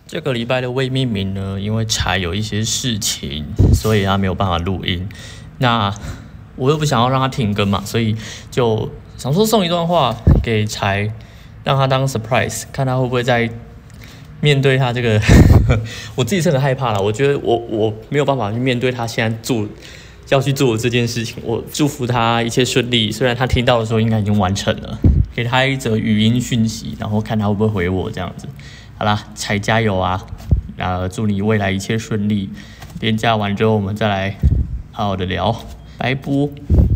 这个礼拜的未命名呢，因为柴有一些事情，所以他没有办法录音。那我又不想要让他停更嘛，所以就想说送一段话给柴，让他当 surprise， 看他会不会在面对他这个我自己是很害怕啦，我觉得我没有办法去面对他现在要去做的这件事情。我祝福他一切顺利，虽然他听到的时候应该已经完成了，给他一则语音讯息，然后看他会不会回我这样子。好啦，柴加油啊！祝你未来一切顺利。连假完之后，我们再来好好的聊，拜拜。